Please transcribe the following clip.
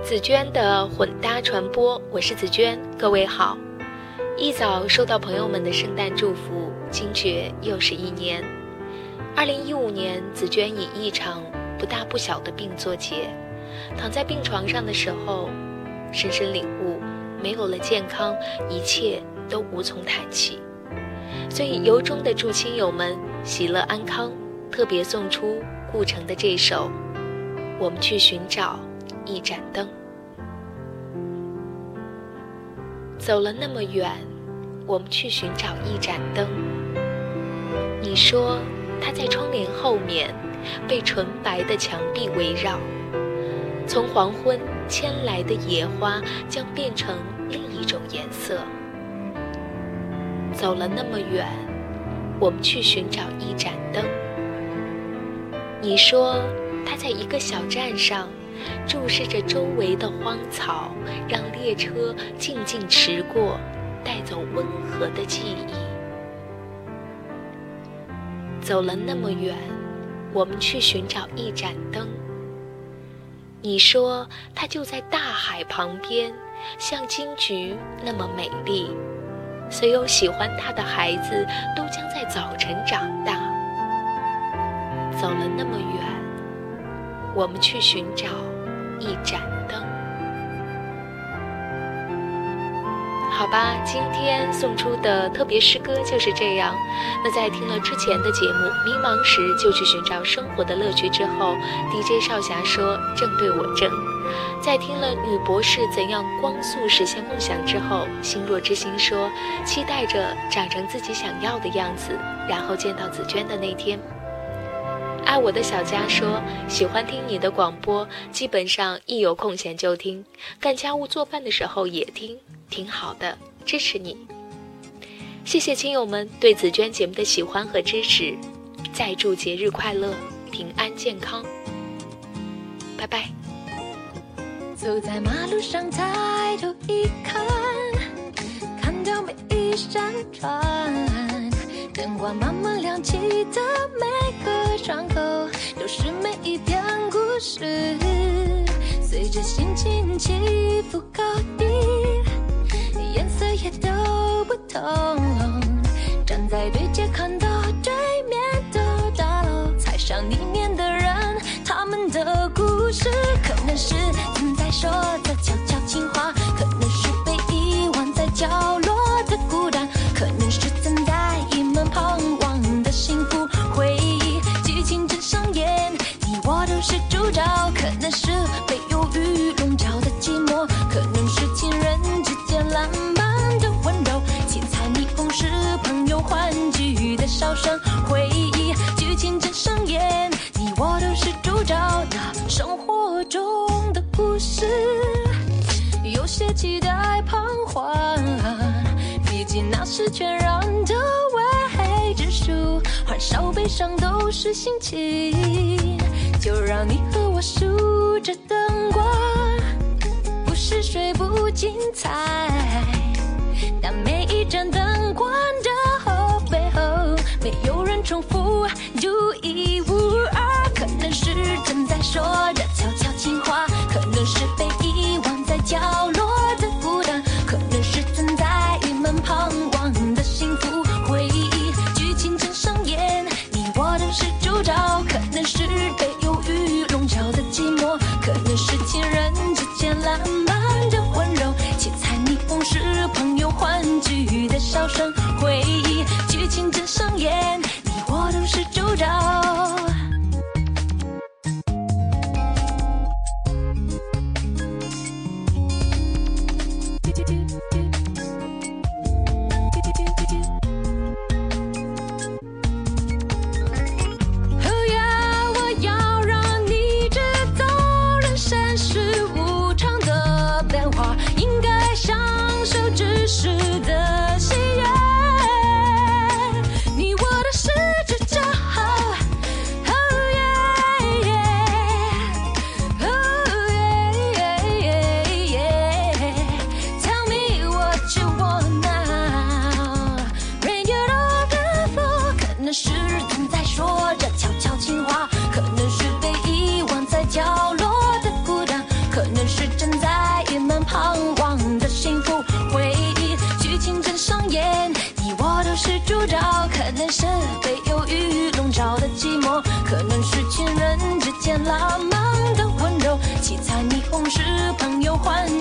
紫娟的混搭传播，我是紫娟，各位好。一早收到朋友们的圣诞祝福，惊觉又是一年。2015年，紫娟以一场不大不小的病作结，躺在病床上的时候，深深领悟，没有了健康，一切都无从谈起。所以由衷的祝亲友们喜乐安康，特别送出顾城的这首《我们去寻找一盏灯》。走了那么远，我们去寻找一盏灯。你说它在窗帘后面，被纯白的墙壁围绕，从黄昏牵来的野花将变成另一种颜色。走了那么远，我们去寻找一盏灯。你说它在一个小站上，注视着周围的荒草，让列车静静驰过，带走温和的记忆。走了那么远，我们去寻找一盏灯。你说它就在大海旁边，像金菊那么美丽，所有喜欢它的孩子都将在早晨长大。走了那么远，我们去寻找一盏灯。好吧，今天送出的特别诗歌就是这样。那在听了之前的节目《迷茫时就去寻找生活的乐趣》之后， DJ 少侠说正对我正。在听了女博士怎样光速实现梦想之后，心若之心说期待着长成自己想要的样子，然后见到紫娟的那天。爱我的小佳说喜欢听你的广播，基本上一有空闲就听，干家务做饭的时候也听，挺好的，支持你。谢谢亲友们对紫娟节目的喜欢和支持，再祝节日快乐，平安健康，拜拜。 走在马路上抬头一看，看到每一扇窗，灯光慢慢亮起的每个窗口，都是每一篇故事，随着心情起伏高低，颜色也都不同。站在对街看到对面的大楼，踩上里面的人，他们的故事，可能是正在说的悄悄情话，可能是被遗忘在角落的孤单，可能是正在一门盼望的幸福回忆，剧情正上演，你我都是主角，可能是被忧郁笼罩的寂寞，可能是情人之间浪漫的温柔，七彩霓虹是朋友欢聚的笑声回忆，剧情正上演，你我都是主角的生活中的故事，有些期待彷徨，毕竟那是全然的未知数，欢笑悲伤都是心情，就让你和我数着灯光，不是谁不精彩，但每一盏灯光的背后，没有人重复独一无二，可能是正在说的悄悄情话，可能是被遗忘在角落的孤单，可能是正在郁闷盼望的幸福回忆，剧情正上演，你我都是主角，可能是被忧郁笼罩的寂寞，可能是情人之间浪漫的温柔，七彩霓虹是朋友欢聚的笑声回忆，剧情正上演，你我都是主角。 是被忧郁笼罩的寂寞，可能是情人之间浪漫的温柔，七彩霓虹是朋友欢